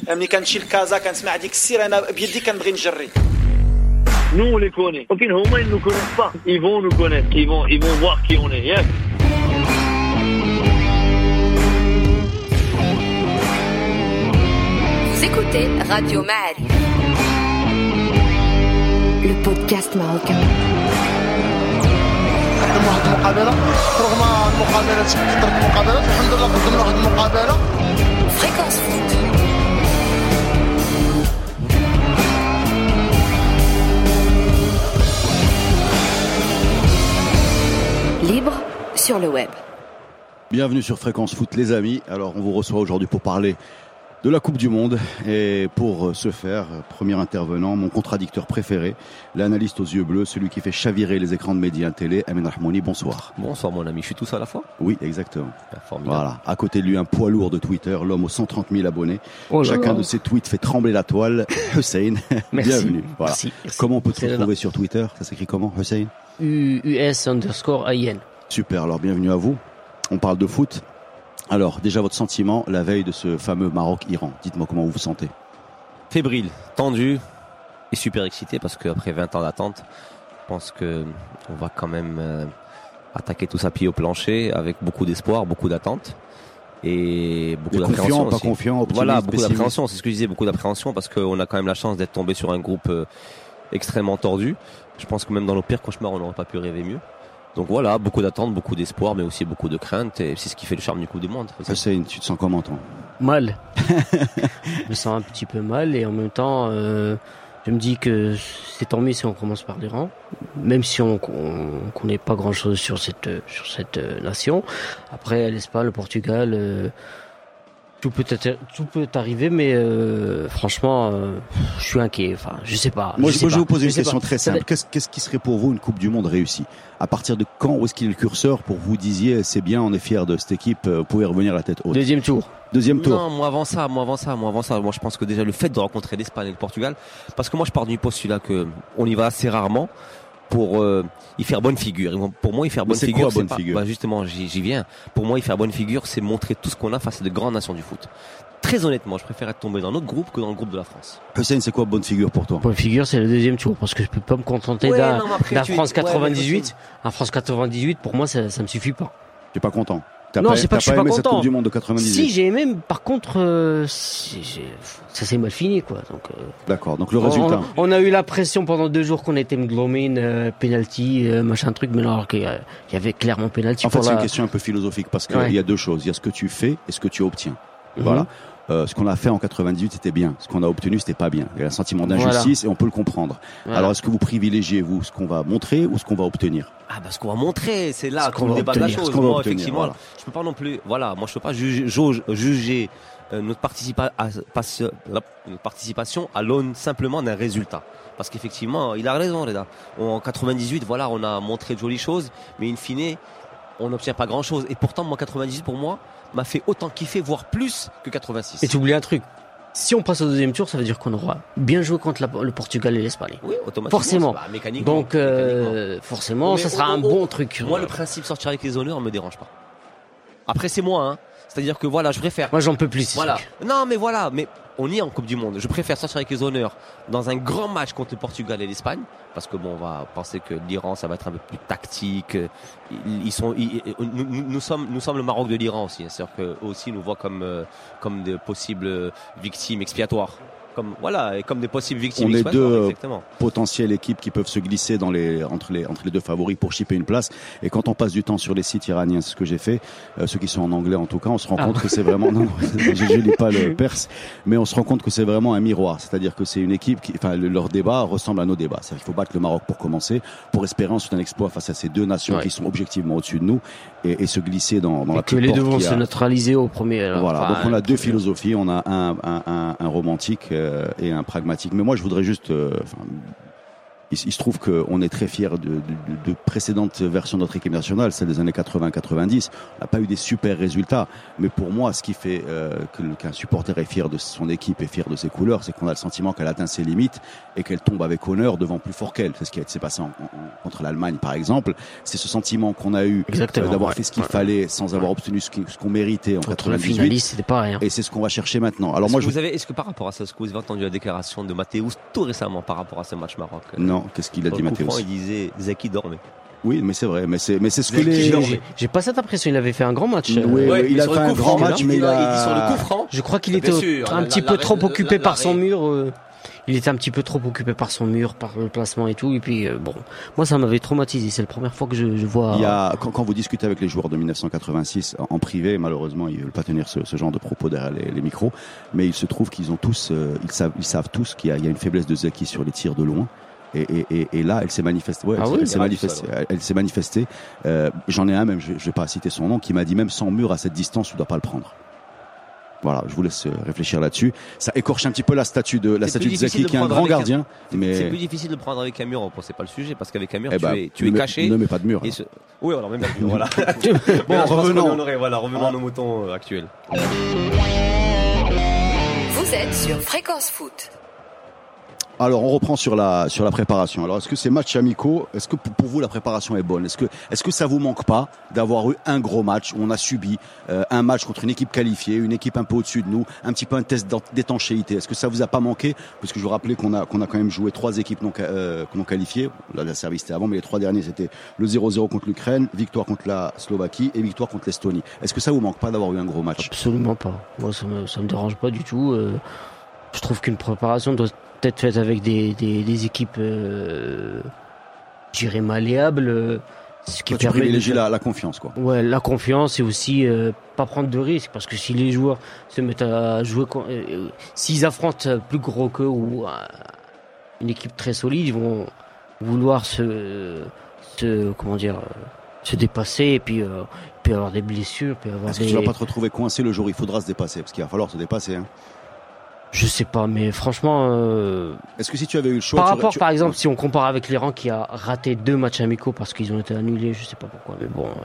ملي كنمشي لكازا كنسمع ديك السير انا بيدي كنبغي نجري. Nous on les connaît. Ok, Homa ils nous connaissent pas. Ils vont nous connaître. Ils vont voir qui on est. Yeah. Vous écoutez Radio Ma'arif, le podcast marocain. Fréquence Foot. Libre sur le web. Bienvenue sur Fréquence Foot les amis. Alors on vous reçoit aujourd'hui pour parler de la Coupe du Monde et pour ce faire, premier intervenant, mon contradicteur préféré, l'analyste aux yeux bleus, celui qui fait chavirer les écrans de médias télé, Amin Rahmouni, bonsoir. Bonsoir mon ami, je suis tous à la fois. Oui, exactement. Formidable. Voilà, à côté de lui un poids lourd de Twitter, l'homme aux 130 000 abonnés. Chacun de ses tweets fait trembler la toile. Hussein, bienvenue. Voilà. Merci. Comment on peut te retrouver sur Twitter? Ça s'écrit comment, Hussein? US_IN. Super, alors bienvenue à vous. On parle de foot. Alors, déjà votre sentiment la veille de ce fameux Maroc-Iran. Dites-moi comment vous vous sentez. Fébrile, tendu et super excité parce qu'après 20 ans d'attente, je pense que on va quand même attaquer tout ça pied au plancher avec beaucoup d'espoir, beaucoup d'attente et beaucoup d'appréhension. Confiant, pas confiant, optimiste, voilà, beaucoup pessimiste. d'appréhension, c'est ce que je disais, beaucoup d'appréhension parce qu'on a quand même la chance d'être tombé sur un groupe extrêmement tordu. Je pense que même dans nos pires cauchemars, on n'aurait pas pu rêver mieux. Donc voilà, beaucoup d'attentes, beaucoup d'espoir, mais aussi beaucoup de crainte, et c'est ce qui fait le charme du Coupe du Monde. Hussein, tu te sens comment toi? Mal. Je me sens un petit peu mal et en même temps, je me dis que c'est tant mieux si on commence par l'Iran, même si on connaît pas grand-chose sur cette nation. Après, l'Espagne, le Portugal, tout peut arriver, mais franchement, je suis inquiet. Enfin, je sais pas. Moi, je vais vous poser une sais question pas. très simple. Qu'est-ce qui serait pour vous une Coupe du Monde réussie? À partir de quand, où est-ce qu'il est le curseur pour vous disiez c'est bien, on est fiers de cette équipe, vous pouvez revenir la tête haute? Deuxième tour. Deuxième tour. Non, moi avant ça. Moi, je pense que déjà le fait de rencontrer l'Espagne et le Portugal, parce que moi, je pars du postulat que on y va assez rarement pour y faire bonne figure. Pour moi, y faire bonne figure, c'est quoi, bonne figure? Justement, j'y viens. Pour moi, y faire bonne figure, c'est montrer tout ce qu'on a face à de grandes nations du foot. Très honnêtement, je préfère être tombé dans notre groupe que dans le groupe de la France. Hussein, c'est quoi bonne figure pour toi? Bonne figure, c'est le deuxième tour parce que je peux pas me contenter d'un France 98. Un France 98, pour moi, ça me suffit pas. Tu es pas content? Non, c'est pas que je suis pas aimé cette content. Coupe du Monde de 98? Si, j'ai aimé, par contre, ça s'est mal fini, quoi. Donc, d'accord, donc le résultat. On a eu la pression pendant 2 jours qu'on était Mglomine, penalty, machin truc, mais alors qu'il y avait clairement penalty. En fait, c'est une question un peu philosophique parce qu'il y a deux choses. Il y a ce que tu fais et ce que tu obtiens. Voilà. Ce qu'on a fait en 98 c'était bien, ce qu'on a obtenu c'était pas bien. Il y a un sentiment d'injustice et on peut le comprendre. Alors est-ce que vous privilégiez vous ce qu'on va montrer ou ce qu'on va obtenir? Ah bah ce qu'on va montrer, c'est là qu'on le débat de la chose. Moi, effectivement, voilà. je peux pas non plus. Voilà, moi je peux pas juger notre participation à l'aune simplement d'un résultat. Parce qu'effectivement, il a raison, les gars. En 98, voilà, on a montré de jolies choses, mais in fine, on n'obtient pas grand-chose. Et pourtant, moi 98 pour moi m'a fait autant kiffer, voire plus que 86. Et tu oublies un truc. Si on passe au deuxième tour, ça veut dire qu'on aura bien joué contre le Portugal et l'Espagne. Oui, automatiquement. Forcément. Mécaniquement. Donc, forcément, ça sera un bon truc. Moi, le principe sortir avec les honneurs me dérange pas. Après, c'est moi, hein. C'est-à-dire que voilà, je préfère. Moi, j'en peux plus. Voilà. Non, mais voilà, mais on y est en Coupe du Monde. Je préfère sortir avec les honneurs dans un grand match contre le Portugal et l'Espagne, parce que bon, on va penser que l'Iran, ça va être un peu plus tactique. Nous sommes le Maroc de l'Iran aussi. C'est-à-dire qu'eux aussi nous voient comme de possibles victimes expiatoires. Comme des possibles victimes. On est deux exactement. Potentielles équipes qui peuvent se glisser entre les deux favoris pour chipper une place. Et quand on passe du temps sur les sites iraniens, c'est ce que j'ai fait, ceux qui sont en anglais en tout cas, on se rend compte que c'est vraiment, non, je lis pas le perse, mais on se rend compte que c'est vraiment un miroir. C'est-à-dire que c'est une équipe leur débat ressemble à nos débats. C'est-à-dire qu'il faut battre le Maroc pour commencer, pour espérer ensuite un exploit face à ces deux nations qui sont objectivement au-dessus de nous et se glisser dans la que les deux vont se neutraliser au premier. Voilà. Donc on a deux philosophies, on a un romantique et un pragmatique. Mais moi, je voudrais juste, il se trouve qu'on est très fiers de précédentes versions de notre équipe nationale, celle des années 80-90. On n'a pas eu des super résultats, mais pour moi, ce qui fait qu'un supporter est fier de son équipe et fier de ses couleurs, c'est qu'on a le sentiment qu'elle atteint ses limites et qu'elle tombe avec honneur devant plus fort qu'elle. C'est ce qui s'est passé contre l'Allemagne, par exemple. C'est ce sentiment qu'on a eu d'avoir fait ce qu'il fallait sans avoir obtenu ce qu'on méritait en 98. Finaliste, c'était pas rien. Et c'est ce qu'on va chercher maintenant. Alors est-ce que par rapport à ça, est-ce que vous avez entendu la déclaration de Mathéus tout récemment par rapport à ce match Maroc? Non, qu'est-ce qu'il a dit, Mathéus? Il disait Zeki dormait. Oui, mais c'est vrai, mais c'est ce que j'ai pas cette impression, il avait fait un grand match. Oui, il a fait un grand match, mais il dit sur le coup franc. Je crois qu'il était un petit peu trop occupé par son mur. Il était un petit peu trop occupé par son mur, par le placement et tout. Et puis, bon, moi, ça m'avait traumatisé. C'est la première fois que je vois... Quand vous discutez avec les joueurs de 1986 en privé, malheureusement, ils veulent pas tenir ce genre de propos derrière les micros. Mais il se trouve qu'ils ont tous, ils savent tous qu'il y a une faiblesse de Zeki sur les tirs de loin. Et là, elle s'est manifestée. Ouais, elle s'est manifestée. J'en ai un même, je vais pas citer son nom, qui m'a dit même sans mur à cette distance, tu dois pas le prendre. Voilà, je vous laisse réfléchir là-dessus. Ça écorche un petit peu la statue de Zeki, qui est un grand gardien. Mais c'est plus difficile de prendre avec un mur. Bon, c'est pas le sujet, parce qu'avec un mur, tu es caché. Ne mets pas de mur. Oui, alors même pas de mur. Voilà. Bon, revenons à nos moutons actuels. Vous êtes sur Fréquence Foot. Alors on reprend sur la préparation. Alors est-ce que ces matchs amicaux, est-ce que pour vous la préparation est bonne? Est-ce que ça vous manque pas d'avoir eu un gros match où on a subi un match contre une équipe qualifiée, une équipe un peu au-dessus de nous, un petit peu un test d'étanchéité? Est-ce que ça vous a pas manqué? Parce que je vous rappelais qu'on a quand même joué 3 équipes non qualifiées. Là, la Serbie c'était avant, mais les 3 derniers c'était le 0-0 contre l'Ukraine, victoire contre la Slovaquie et victoire contre l'Estonie. Est-ce que ça vous manque pas d'avoir eu un gros match? Absolument pas. Moi ça me dérange pas du tout. Je trouve qu'une préparation doit être faite avec des équipes, je dirais malléables. Ce qui tu privilégies la confiance, quoi. Ouais, la confiance et aussi pas prendre de risques, parce que si les joueurs se mettent à jouer, s'ils affrontent plus gros qu'eux ou une équipe très solide, ils vont vouloir se dépasser et puis avoir des blessures, puis avoir. Est-ce que tu vas pas te retrouver coincé le jour où il faudra se dépasser, parce qu'il va falloir se dépasser, hein? Je sais pas, mais franchement... Est-ce que si tu avais eu le choix... Par exemple, si on compare avec l'Iran qui a raté 2 matchs amicaux parce qu'ils ont été annulés, je sais pas pourquoi, mais bon,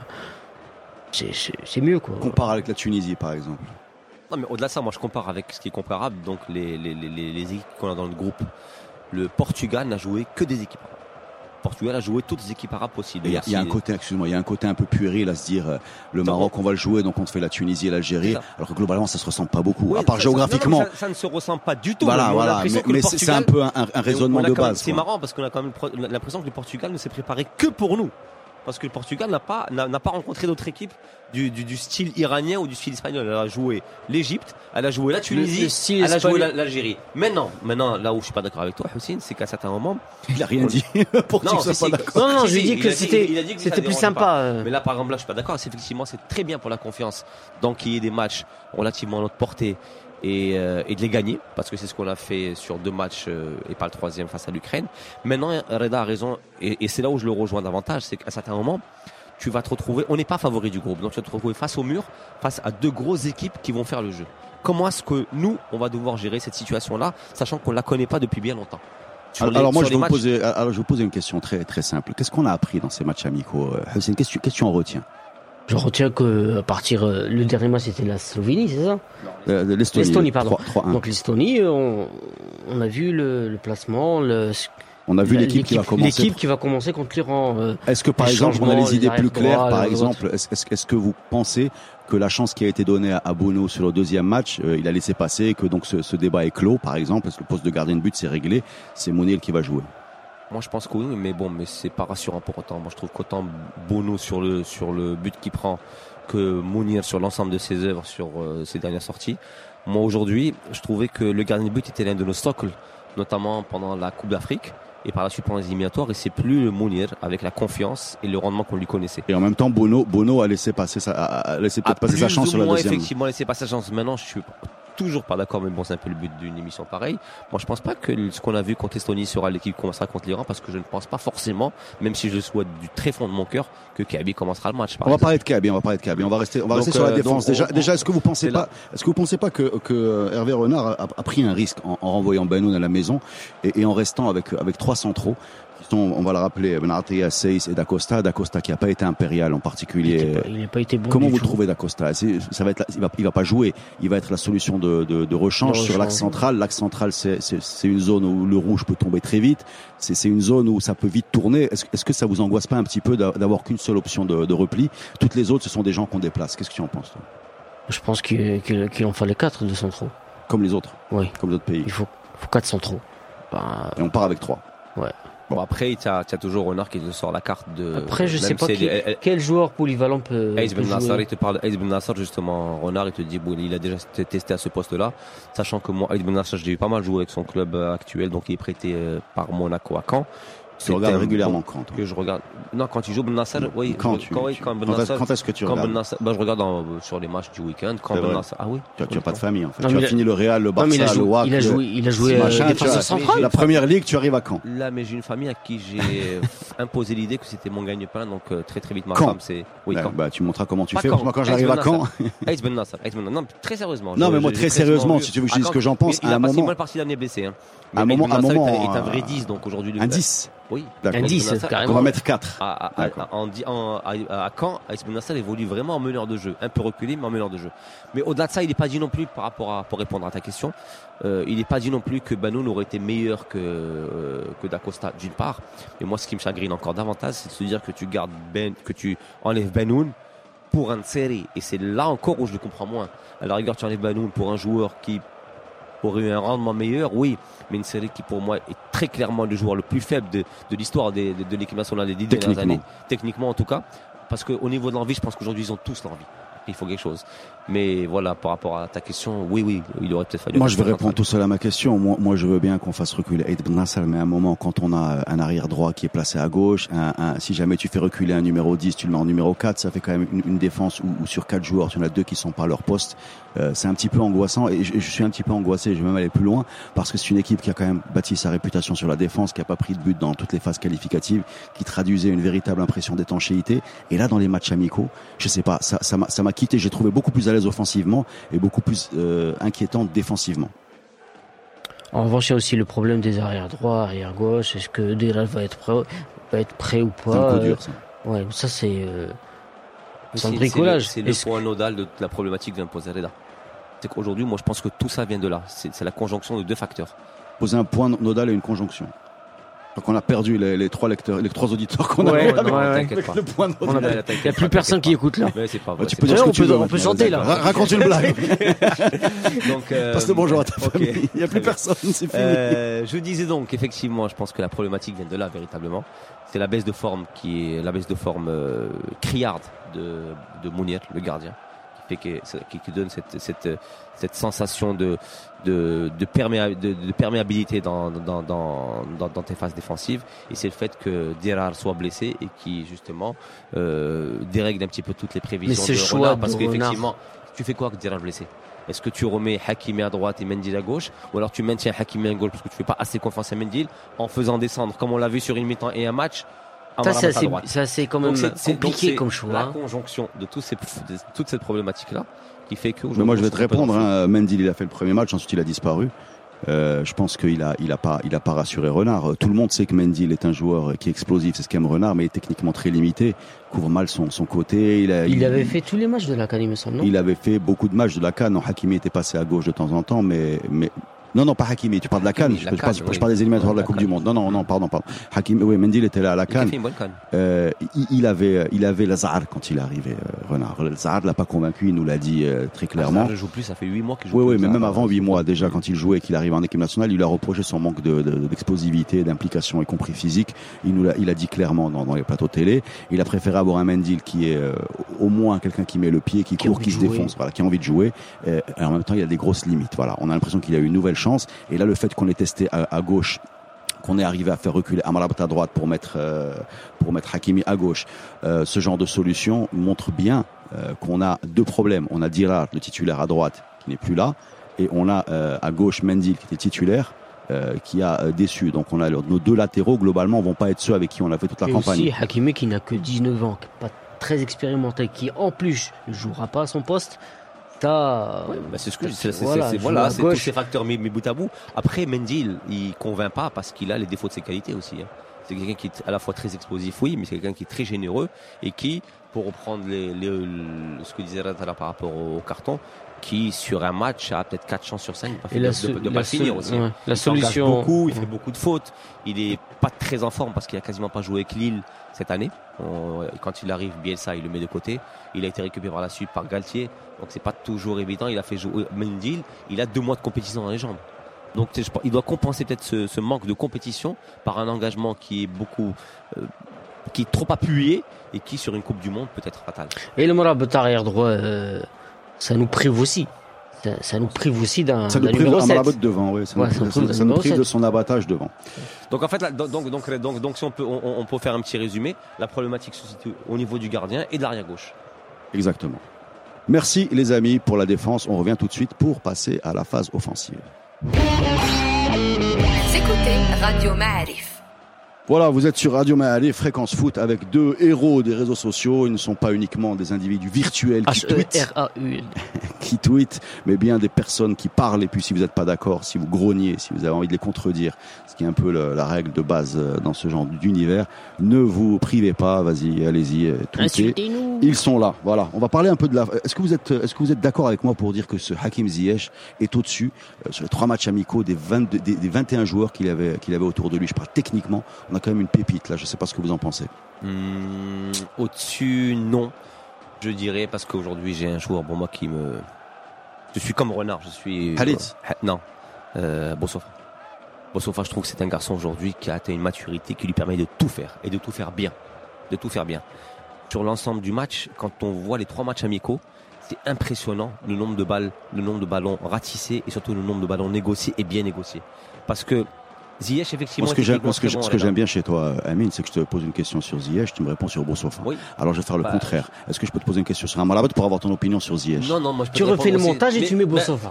c'est mieux, quoi. Compare avec la Tunisie, par exemple. Non, mais au-delà de ça, moi je compare avec ce qui est comparable, donc les équipes qu'on a dans le groupe. Le Portugal n'a joué que des équipes. Portugal a joué toutes les équipes arabes possibles. Il y a un côté, excuse-moi, il y a un côté un peu puéril à se dire le Maroc on va le jouer, donc on te fait la Tunisie et l'Algérie, alors que globalement ça se ressemble pas beaucoup, à part géographiquement. Ça ne se ressemble pas du tout. Voilà, mais c'est un peu un raisonnement de base. C'est marrant parce qu'on a quand même l'impression que le Portugal ne s'est préparé que pour nous. Parce que le Portugal n'a pas rencontré d'autres équipes du style iranien ou du style espagnol. Elle a joué l'Égypte, elle a joué la Tunisie, elle a joué l'Algérie. Maintenant, là où je suis pas d'accord avec toi, Houssine, c'est qu'à certains moments, il a rien dit pour que tu sois pas d'accord. Non, je lui ai dit que c'était plus sympa. Mais là, par exemple, là, je suis pas d'accord. Effectivement, c'est très bien pour la confiance. Donc, qu'il y ait des matchs relativement à notre portée et de les gagner, parce que c'est ce qu'on a fait sur 2 matchs et pas le 3e face à l'Ukraine. Maintenant, Reda a raison, et c'est là où je le rejoins davantage, c'est qu'à certains moments, tu vas te retrouver, on n'est pas favori du groupe, donc tu vas te retrouver face au mur, face à 2 grosses équipes qui vont faire le jeu. Comment est-ce que nous, on va devoir gérer cette situation-là, sachant qu'on la connaît pas depuis bien longtemps? Alors moi, je vais vous poser une question très très simple. Qu'est-ce qu'on a appris dans ces matchs amicaux? C'est une question que tu en retiens? Je retiens que à partir le dernier match c'était la Slovénie, c'est ça? L'Estonie, pardon. 3-1. Donc l'Estonie, on a vu le placement, on a vu l'équipe qui va commencer. L'équipe qui va commencer contre l'Iran. Est-ce que par exemple, on a les idées plus claires, par exemple, est-ce que vous pensez que la chance qui a été donnée à Bono sur le 2e match, il a laissé passer, que donc ce débat est clos, par exemple, parce que le poste de gardien de but c'est réglé, c'est Mounir qui va jouer? Moi, je pense que oui, mais c'est pas rassurant pour autant. Moi, je trouve qu'autant Bono sur le but qu'il prend que Mounir sur l'ensemble de ses œuvres sur ses dernières sorties. Moi, aujourd'hui, je trouvais que le gardien de but était l'un de nos socles, notamment pendant la Coupe d'Afrique et par la suite pendant les éliminatoires, et c'est plus le Mounir avec la confiance et le rendement qu'on lui connaissait. Et en même temps, Bono a laissé passer sa chance sur la deuxième. Effectivement, laissé passer sa chance. Maintenant, je suis toujours pas d'accord, mais bon, c'est un peu le but d'une émission pareille. Moi, je pense pas que ce qu'on a vu contre l'Estonie sera l'équipe qui commencera contre l'Iran, parce que je ne pense pas forcément, même si je le souhaite du très fond de mon cœur, que Kaby commencera le match. On va parler de Kaby, on va rester sur la défense. Déjà, est-ce que vous pensez pas que Hervé Renard a pris un risque en renvoyant Benoun à la maison et en restant avec 3 centraux? On va le rappeler, Benatia, Seyss et Dacosta qui n'a pas été impérial en particulier. Il n'a pas été bon. Comment vous le trouvez, Dacosta? Ça va être, il va pas jouer. Il va être la solution de rechange sur l'axe central. L'axe central, c'est une zone où le rouge peut tomber très vite. C'est une zone où ça peut vite tourner. Est-ce que ça vous angoisse pas un petit peu d'avoir qu'une seule option de repli? Toutes les autres, ce sont des gens qu'on déplace. Qu'est-ce que tu en penses, toi? Je pense qu'il en fallait 4 de centraux. Comme les autres. Oui. Comme les autres pays. Il faut 4 centraux. Et on part avec 3. Ouais. Bon, après, tu as toujours Renard qui te sort la carte de. Après, je sais pas quel joueur polyvalent peut. Aïs Ben Nassar, il te parle Aïs Ben Nassar, justement. Renard, il te dit, bon, il a déjà testé à ce poste-là. Sachant que moi, Aïs Ben Nassar, j'ai eu pas mal joué avec son club actuel, donc il est prêté par Monaco à Caen. Tu regardes régulièrement quand que je regarde. Non, quand il joue Ben Nassar, oui. Quand est-ce que tu regardes? Je regarde sur les matchs du week-end. Quand Ben Nassar. Ah oui. Tu n'as pas de famille, en fait. Tu as fini le Real, le Barça, le WAC. Il a joué défenseur central. La première ligue, tu arrives à Caen. Là, mais j'ai une famille à qui j'ai imposé l'idée que c'était mon gagne-pain, donc très vite ma femme, c'est. Oui, Caen. Bah, tu montreras comment tu fais. Moi, quand j'arrive à Caen. Aïs Ben Nassar. Non, très sérieusement. Non, mais moi, très sérieusement, si tu veux que je dise ce que j'en pense, à un moment. Il a passé mal partie l'année blessé. À un moment, est un vrai 10, donc aujourd'hui. Un 10. Oui. Un 10, carrément. On va mettre 4. À Caen, Aïs Ben Nassar évolue vraiment en meneur de jeu. Un peu reculé, mais en meneur de jeu. Mais au-delà de ça, il n'est pas dit non plus, pour répondre à ta question, il n'est pas dit non plus que Benoun aurait été meilleur que Dacosta, d'une part. Mais moi, ce qui me chagrine encore davantage, c'est de se dire que que tu enlèves Benoun pour un série. Et c'est là encore où je le comprends moins. À la rigueur, tu enlèves Benoun pour un joueur qui aurait eu un rendement meilleur, oui, mais une série qui pour moi est très clairement le joueur le plus faible de l'histoire de l'équipe nationale des 10 dernières années, techniquement en tout cas, parce qu'au niveau de l'envie, je pense qu'aujourd'hui ils ont tous l'envie. Il faut quelque chose. Mais voilà, par rapport à ta question, oui, il aurait peut-être fallu. Moi, je vais répondre tout seul à ma question. Moi, je veux bien qu'on fasse reculer Aïd Ben Nassar, mais à un moment, quand on a un arrière droit qui est placé à gauche, si jamais tu fais reculer un numéro 10, tu le mets en numéro 4, ça fait quand même une défense où sur 4 joueurs, tu en as 2 qui sont pas à leur poste. C'est un petit peu angoissant et je suis un petit peu angoissé, je vais même aller plus loin parce que c'est une équipe qui a quand même bâti sa réputation sur la défense, qui a pas pris de but dans toutes les phases qualificatives, qui traduisait une véritable impression d'étanchéité. Et là, dans les matchs amicaux, je sais pas, ça m'a quitté. J'ai trouvé beaucoup plus à l'aise offensivement et beaucoup plus inquiétant défensivement. En revanche, il y a aussi le problème des arrières droits, arrière gauche. Est-ce que Delal va être prêt ou pas? C'est un coup dur, ça. Ouais, ça c'est un bricolage. C'est le point nodal de la problématique d'imposer Reda. C'est qu'aujourd'hui, moi, je pense que tout ça vient de là. C'est la conjonction de 2 facteurs. Poser un point nodal et une conjonction. Donc on a perdu les 3 lecteurs, les 3 auditeurs qu'on avait avec le point nodal. Il n'y a plus personne qui écoute là. Mais c'est pas vrai. Tu peux dire ce que tu veux. On peut chanter là. Raconte une blague. Donc, passe le bonjour à ta famille. Il n'y a plus personne, c'est fini. Je disais donc, effectivement, je pense que la problématique vient de là, véritablement. C'est la baisse de forme criarde de Mounir, le gardien, qui donne cette sensation de perméabilité dans tes phases défensives. Et c'est le fait que Dirar soit blessé et qui justement dérègle un petit peu toutes les prévisions de Renard, parce qu'effectivement, tu fais quoi avec Dirar blessé? Est-ce que tu remets Hakimi à droite et Mendil à gauche, ou alors tu maintiens Hakimi à gauche parce que tu fais pas assez confiance à Mendil en faisant descendre, comme on l'a vu sur une mi-temps et un match, c'est assez quand même compliqué comme choix. La conjonction de toute cette problématique-là qui fait que. Mais moi, je vais te répondre. Mendil, il a fait le premier match, ensuite il a disparu. Je pense qu'il a pas rassuré Renard. Tout le monde sait que Mendil est un joueur qui est explosif, c'est ce qu'aime Renard, mais est techniquement très limité. Couvre mal son côté. Il avait fait tous les matchs de la CAN, il me semble. Il avait fait beaucoup de matchs de la CAN. Hakimi était passé à gauche de temps en temps, mais non, pas Hakimi, tu parles de la CAN. Je parle des éliminatoires de la Coupe du Monde. Non, pardon. Hakimi, oui, Mendil était là à la CAN. Il avait Lazare quand il est arrivé, Renard. Lazare l'a pas convaincu, il nous l'a dit très clairement. Lazare ne joue plus, ça fait 8 mois qu'il joue. Oui, mais même avant 8 mois, déjà, quand il jouait et qu'il arrivait en équipe nationale, il lui a reproché son manque d'explosivité, d'implication, y compris physique. Il a dit clairement dans les plateaux télé. Il a préféré avoir un Mendil qui est au moins quelqu'un qui met le pied, qui court, qui se défonce, voilà, qui a envie de jouer. Et en même temps, il a des grosses limites. Voilà, on a l'impression qu'il a eu une nouvelle chance. Et là, le fait qu'on ait testé à gauche, qu'on est arrivé à faire reculer Amrabat à droite pour mettre Hakimi à gauche, ce genre de solution montre bien qu'on a 2 problèmes. On a Dirar, le titulaire à droite, qui n'est plus là, et on a à gauche Mendil qui était titulaire, qui a déçu. Donc on a nos deux latéraux globalement vont pas être ceux avec qui on a fait toute la campagne. Et aussi Hakimi qui n'a que 19 ans, qui n'est pas très expérimenté, qui en plus ne jouera pas à son poste. C'est ce que c'est tous ces facteurs mis bout à bout. Après Mendil, il convainc pas parce qu'il a les défauts de ses qualités aussi. Hein. C'est quelqu'un qui est à la fois très explosif, oui, mais c'est quelqu'un qui est très généreux et qui, pour reprendre ce que disait Rata par rapport au carton, qui sur un match a peut-être 4 chances sur 5 de pas finir aussi. Ouais, la solution. Beaucoup, il fait beaucoup de fautes. Il est pas très en forme parce qu'il a quasiment pas joué avec Lille cette année. Quand il arrive, Bielsa, il le met de côté. Il a été récupéré par la suite par Galtier. Donc c'est pas toujours évident. Il a fait jouer Mendil. Il a 2 mois de compétition dans les jambes. Donc il doit compenser peut-être ce manque de compétition par un engagement qui est qui est trop appuyé et qui sur une Coupe du Monde peut être fatal. Et le Marabat arrière droit, ça nous prive aussi. Ça nous prive aussi d'un numéro 7. Marabat devant, oui. Ça nous prive de son abattage devant. Donc en fait, donc si on peut faire un petit résumé, la problématique se situe au niveau du gardien et de l'arrière gauche. Exactement. Merci les amis pour la défense. On revient tout de suite pour passer à la phase offensive. Vous écoutez Radio Ma'arif. Voilà, vous êtes sur Radio Ma'arif, Fréquence Foot, avec 2 héros des réseaux sociaux. Ils ne sont pas uniquement des individus virtuels qui tweetent, mais bien des personnes qui parlent. Et puis si vous n'êtes pas d'accord, si vous grognez, si vous avez envie de les contredire, ce qui est un peu la règle de base dans ce genre d'univers, ne vous privez pas, vas-y, allez-y, tweetez. Ils sont là, voilà. On va parler un peu de Est-ce que vous êtes d'accord avec moi pour dire que ce Hakim Ziyech est au-dessus sur les 3 matchs amicaux des 21 joueurs qu'il avait autour de lui? Je parle techniquement. On a quand même une pépite là, je sais pas ce que vous en pensez. Au-dessus, non. Je dirais parce qu'aujourd'hui j'ai un joueur pour moi je suis comme Renard, je suis Khalid. Non. Bossofa, je trouve que c'est un garçon aujourd'hui qui a atteint une maturité qui lui permet de tout faire et de tout faire bien. Sur l'ensemble du match, quand on voit les 3 matchs amicaux, c'est impressionnant le nombre de ballons ratissés et surtout le nombre de ballons négociés et bien négociés. Parce que Ziyech, effectivement, ce que j'aime bien chez toi, Amine, c'est que je te pose une question sur Ziyech, tu me réponds sur Bossofa. Oui. Alors je vais faire le contraire. Est-ce que je peux te poser une question sur Amrabat pour avoir ton opinion sur Ziyech? Non, moi je peux tu refais le montage et tu mets Bossofa.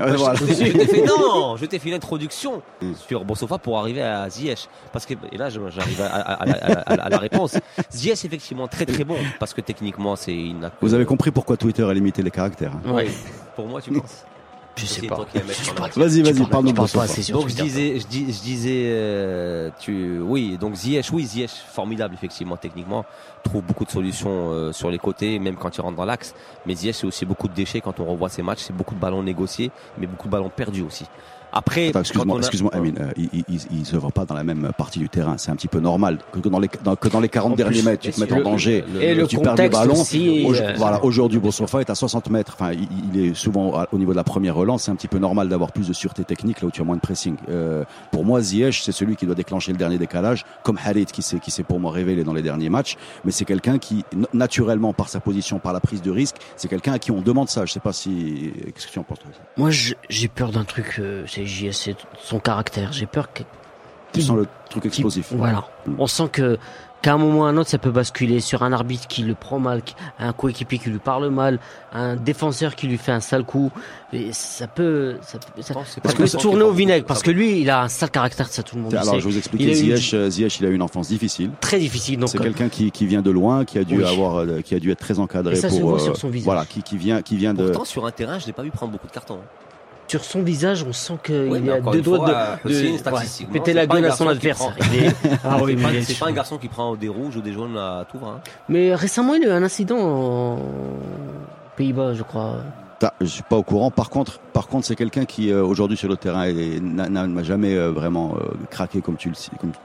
Je t'ai fait l'introduction sur Bossofa pour arriver à Ziyech. Parce que, et là, j'arrive à la réponse. Ziyech, effectivement, très très bon. Parce que techniquement, c'est Vous avez compris pourquoi Twitter a limité les caractères. Hein. Oui. Pour moi, tu penses? Je sais pas. Vas-y, parle-nous de Bossofa. Donc je disais, donc Ziyech, formidable effectivement techniquement, trouve beaucoup de solutions sur les côtés, même quand il rentre dans l'axe. Mais Ziyech, c'est aussi beaucoup de déchets quand on revoit ses matchs, c'est beaucoup de ballons négociés, mais beaucoup de ballons perdus aussi. Après, excuse-moi, Amine, il se voit pas dans la même partie du terrain. C'est un petit peu normal que dans les 40 derniers mètres, tu te mettes en danger, tu perds le ballon. Voilà, aujourd'hui, Bossofa est à 60 mètres. Enfin, il est souvent au niveau de la première relance. C'est un petit peu normal d'avoir plus de sûreté technique là où tu as moins de pressing. Pour moi, Ziyech, c'est celui qui doit déclencher le dernier décalage, comme Harit qui s'est pour moi révélé dans les derniers matchs. Mais c'est quelqu'un qui, naturellement, par sa position, par la prise de risque, c'est quelqu'un à qui on demande ça. Je sais pas qu'est-ce que tu en penses, toi? Moi, j'ai peur d'un truc. C'est son caractère. J'ai peur qu'il sent le truc explosif. Voilà. On sent qu'à un moment ou à un autre, ça peut basculer sur un arbitre qui le prend mal, un coéquipier qui lui parle mal, un défenseur qui lui fait un sale coup. Et ça peut tourner au vinaigre parce que lui, il a un sale caractère, ça tout le monde le sait. Alors, je vous explique. Ziyech, il a eu une enfance difficile. Très difficile. Donc c'est quelqu'un qui vient de loin, qui a dû être très encadré. Et ça se voit sur son visage. Voilà, qui vient de. Pourtant, sur un terrain, je l'ai pas vu prendre beaucoup de cartons. Sur son visage, on sent qu'il y a 2 doigts de péter la gueule à son adversaire. C'est pas un garçon qui prend des rouges ou des jaunes à tout va. Hein. Mais récemment, il y a eu un incident aux Pays-Bas, je crois. Je suis pas au courant. Par contre, c'est quelqu'un qui aujourd'hui sur le terrain n'a jamais vraiment craqué comme tu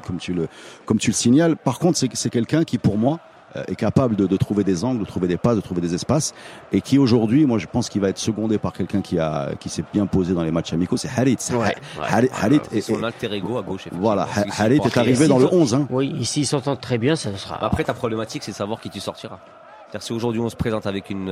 le signales. Par contre, c'est quelqu'un qui, pour moi, est capable de trouver des angles, de trouver des passes, de trouver des espaces, et qui aujourd'hui, moi je pense qu'il va être secondé par quelqu'un qui s'est bien posé dans les matchs amicaux, c'est Harit. Harit est son alter ego à gauche. Voilà, Harit est arrivé dans le 11. Hein. Oui, ici ils s'entendent très bien, ça sera. Après, ta problématique, c'est de savoir qui tu sortiras. C'est-à-dire si aujourd'hui on se présente avec une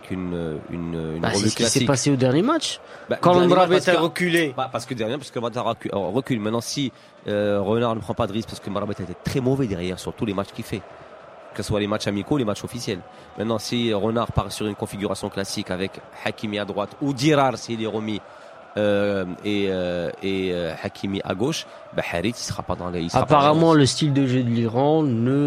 c'est ce qui s'est passé au dernier match. Quand Marabat a reculé. Parce que Marabat recule. Maintenant, si Renard ne prend pas de risque, parce que Marabat a été très mauvais derrière sur tous les matchs qu'il fait. Que ce soit les matchs amicaux, les matchs officiels. Maintenant, si Renard part sur une configuration classique avec Hakimi à droite ou Dirar s'il est remis Hakimi à gauche, Harit il sera pas dans les. Apparemment, le style de jeu de l'Iran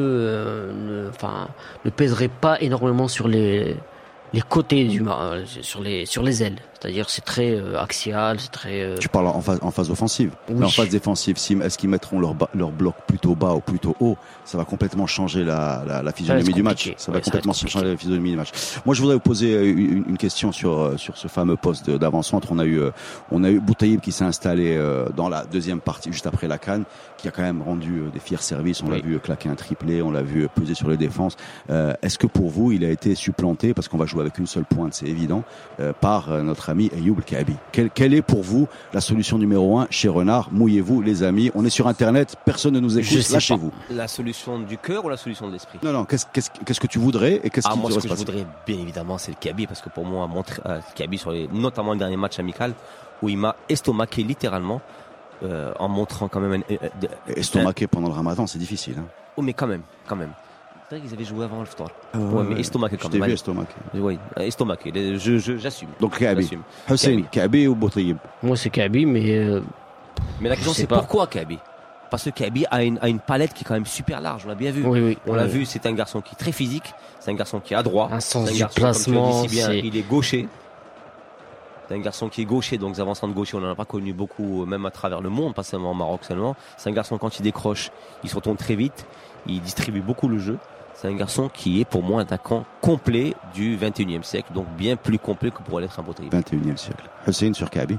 ne pèserait pas énormément sur les côtés sur les ailes. C'est-à-dire c'est très axial, c'est très. Tu parles en phase offensive. Oui. Mais en phase défensive, est-ce qu'ils mettront leur bloc plutôt bas ou plutôt haut? Ça va complètement changer la physionomie du match. Ça va complètement changer la physionomie du match. Moi, je voudrais vous poser une question sur ce fameux poste d'avant-centre. On a eu Boutaïb qui s'est installé dans la deuxième partie, juste après la CAN, qui a quand même rendu des fiers services. On l'a vu claquer un triplé, on l'a vu peser sur les défenses. Est-ce que pour vous, il a été supplanté, parce qu'on va jouer avec une seule pointe, c'est évident, par notre ami Ayoub El Kaabi? Quelle est pour vous la solution numéro 1 chez Renard? Mouillez-vous, les amis. On est sur Internet, personne ne nous écoute. Lâchez-vous. La solution du cœur ou la solution de l'esprit? Non. Qu'est-ce que tu voudrais et qu'est-ce qui moi, te ce que je passe? voudrais, bien évidemment, c'est le Kaabi, parce que pour moi, Kaabi notamment le dernier match amical où il m'a estomaqué littéralement, en montrant quand même estomaqué pendant le Ramadan, c'est difficile. Hein. Oh, mais quand même. C'est vrai qu'ils avaient joué avant le Ftar. Mais estomaqué quand même. Je t'ai vu estomaqué. Oui, estomaqué. J'assume. Donc Kaabi. Hussein, Kaabi ou Boutaïb? Moi, c'est Kaabi, mais la question, c'est pourquoi Kaabi? Parce que Kaabi a une palette qui est quand même super large. On l'a bien vu. Oui. On l'a vu. C'est un garçon qui est très physique. C'est un garçon qui est adroit. Un sens du garçon, placement. Comme tu as dit si bien, il est gaucher. C'est un garçon qui est gaucher, donc les avant-centres gauchers, on n'en a pas connu beaucoup, même à travers le monde, pas seulement au Maroc seulement. C'est un garçon, quand il décroche, il se retourne très vite. Il distribue beaucoup le jeu. C'est un garçon qui est pour moi un attaquant complet du 21e siècle, donc bien plus complet que pourrait l'être un Boutaïb. 21e siècle. Hussein sur Kaabi?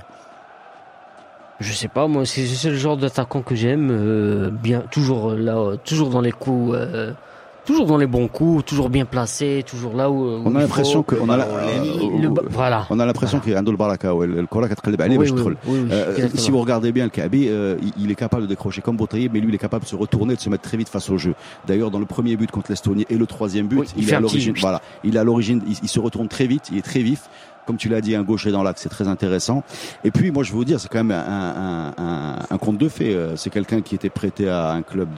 Je sais pas, moi c'est le genre d'attaquant que j'aime, bien toujours dans les coups, toujours dans les bons coups, toujours bien placé, toujours là où on a l'impression que voilà. On a l'impression qu'il y a un baraka ou le Kora qui تقلب عليه باش تدخل. Si vous regardez bien le Kaabi, il est capable de décrocher comme Boutaïb, mais lui il est capable de se retourner, de se mettre très vite face au jeu. D'ailleurs dans le premier but contre l'Estonie et le troisième but, il est à l'origine, il se retourne très vite, il est très vif. Comme tu l'as dit, un gaucher dans l'axe, c'est très intéressant. Et puis, moi, je vais vous dire, c'est quand même un conte de fées. C'est quelqu'un qui était prêté à un club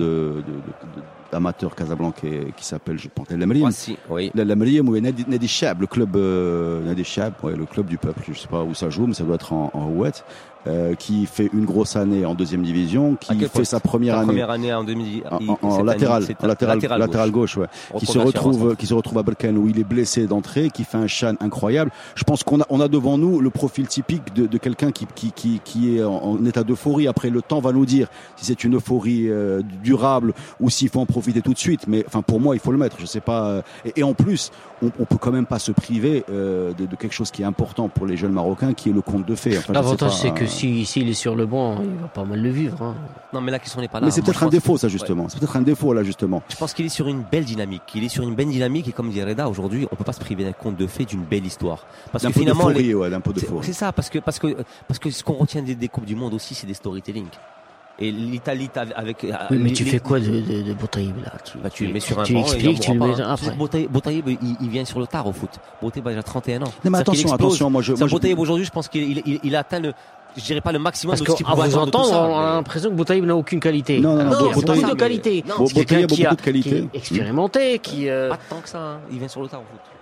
amateur casablancais qui s'appelle, je pense, l'Amriem. Oui. L'Amriem ou Nadi Chab, le club Nadi Chab, le club du peuple. Je sais pas où ça joue, mais ça doit être en Rouette. Qui fait une grosse année en deuxième division, qui fait sa première année en 2010 en latéral gauche, qui se retrouve à Berkane où il est blessé d'entrée, qui fait un chan incroyable. Je pense qu'on a devant nous le profil typique de quelqu'un qui est en état d'euphorie. Après, le temps va nous dire si c'est une euphorie durable ou s'il faut en profiter tout de suite. Mais enfin, pour moi, il faut le mettre. Je sais pas. Et en plus, on peut quand même pas se priver de quelque chose qui est important pour les jeunes Marocains, qui est le conte de fées. Enfin, l'avantage, c'est que s'il est sur le banc, il va pas mal le vivre. Hein. Non, mais la question n'est pas là. Mais c'est peut-être un défaut, ça, justement. C'est peut-être un défaut, là, justement. Je pense qu'il est sur une belle dynamique. Et comme dit Reda, aujourd'hui, on peut pas se priver d'un conte de fées, d'une belle histoire. Parce que finalement, d'un peu d'euphorie. C'est ça, parce que ce qu'on retient des Coupes du Monde aussi, c'est des storytelling. Et l'Italie avec. Oui, mais tu fais quoi de Boutaïb là? Tu le mets sur un banc. Tu expliques, tu le mets après. Boutaïb, il vient sur le tard au foot. Boutaïb a déjà 31 ans. Non, mais attention, moi Boutaïb aujourd'hui, je pense qu'il atteint je dirais pas le maximum de ce qu'il pourrait attendre. Parce qu'à vous entendre, on a l'impression que Boutaïb n'a aucune qualité. Non, Boutaïb de qualité. Boutaïb a beaucoup de qualité. Qui est expérimenté, qui. Pas tant que ça. Il vient sur le tard au foot.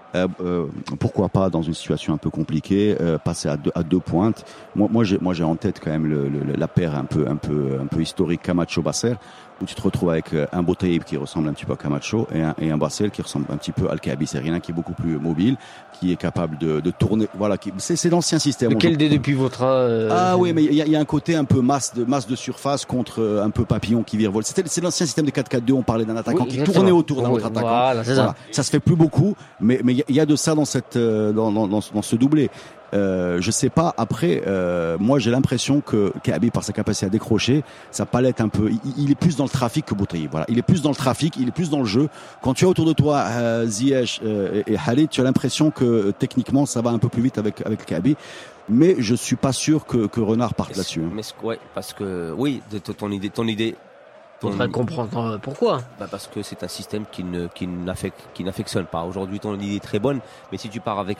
Pourquoi pas dans une situation un peu compliquée passer à deux pointes. Moi j'ai en tête quand même la paire un peu historique Camacho-Basser, où tu te retrouves avec un Boutaïb qui ressemble un petit peu à Camacho et un Basser qui ressemble un petit peu à Al Kaabi. C'est rien qui est beaucoup plus mobile, qui est capable de tourner. Voilà, c'est l'ancien système. Lequel des deux pivoteras oui, mais il y a un côté un peu masse de surface contre un peu papillon qui virevolte. C'est l'ancien système de 4-4-2. On parlait d'un attaquant qui tournait autour d'un autre attaquant. Voilà, c'est ça. Ça se fait plus beaucoup, mais il y a de ça dans ce doublé. Je sais pas. Après, moi j'ai l'impression que Kaabi, par sa capacité à décrocher, sa palette un peu, il est plus dans le trafic que Boutaïb. Voilà, il est plus dans le trafic, il est plus dans le jeu. Quand tu as autour de toi Ziyech et Khalid, tu as l'impression que techniquement ça va un peu plus vite avec Kaabi. Mais je suis pas sûr que Renard parte là-dessus. Mais ouais, parce que oui, ton idée. Faudrait comprendre pourquoi. Parce que c'est un système qui n'affectionne pas. Aujourd'hui, ton idée est très bonne, mais si tu pars avec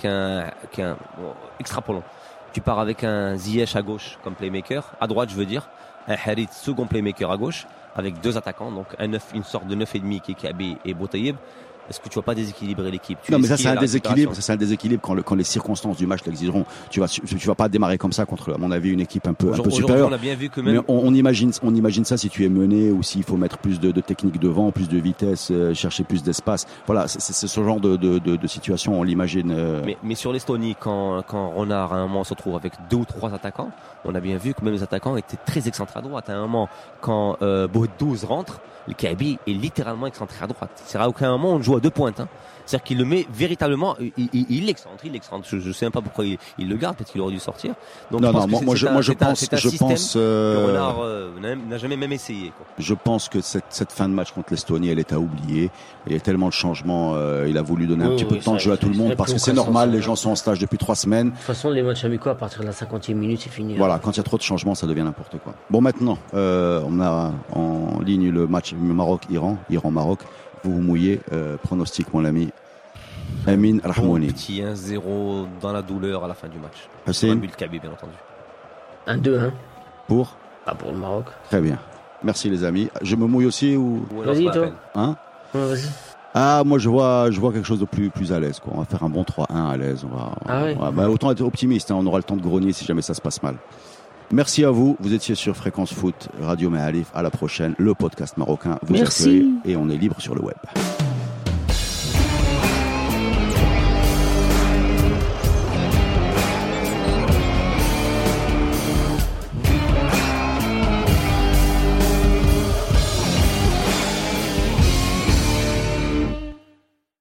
extrapolons, tu pars avec un Ziyech à gauche comme playmaker, à droite, je veux dire, un Harit second playmaker à gauche, avec deux attaquants, donc une sorte de 9,5 qui est Kaabi et Boutaïb. est-ce que tu vas pas déséquilibrer l'équipe? Non, mais ça c'est un déséquilibre. Ça c'est un déséquilibre quand les circonstances du match l'exigeront. Tu vas pas démarrer comme ça contre, à mon avis, une équipe un peu supérieure. On a bien vu que même. Mais on imagine ça si tu es mené ou s'il faut mettre plus de technique devant, plus de vitesse, chercher plus d'espace. Voilà, c'est ce genre de situation. On l'imagine. Mais sur l'Estonie, quand Renard à un moment se retrouve avec 2 ou 3 attaquants, on a bien vu que même les attaquants étaient très excentrés à droite. À un moment, quand Boudouze rentre, le Kaby est littéralement excentré à droite. C'est à aucun moment on joue à 2 pointes. C'est-à-dire qu'il le met véritablement, il l'excentre. Je sais même pas pourquoi il le garde, peut-être qu'il aurait dû sortir. Donc je pense que Renard n'a jamais même essayé, quoi. Je pense que cette fin de match contre l'Estonie, elle est à oublier. Il y a tellement de changements, il a voulu donner un petit peu de temps de jeu à tout le monde parce que c'est normal, les gens sont en stage depuis 3 semaines. De toute façon, les matchs amicaux, à partir de la 50e minute, c'est fini. Voilà, quand il y a trop de changements, ça devient n'importe quoi. Bon, maintenant, on a en ligne le match Maroc-Iran, Iran-Maroc. Vous vous mouillez, pronostic, mon ami. Amin Rahmouni. Petit 1-0 dans la douleur à la fin du match. C'est un but de Kaby, bien entendu. 1-2, Pour pour le Maroc. Très bien. Merci les amis. Je me mouille aussi ou vas-y toi. Vas-y. Moi je vois quelque chose de plus à l'aise, quoi. On va faire un bon 3-1 à l'aise. Autant être optimiste, on aura le temps de grogner si jamais ça se passe mal. Merci à vous. Vous étiez sur Fréquence Foot, Radio Maalif. À la prochaine. Le podcast marocain vous accueille et on est libre sur le web.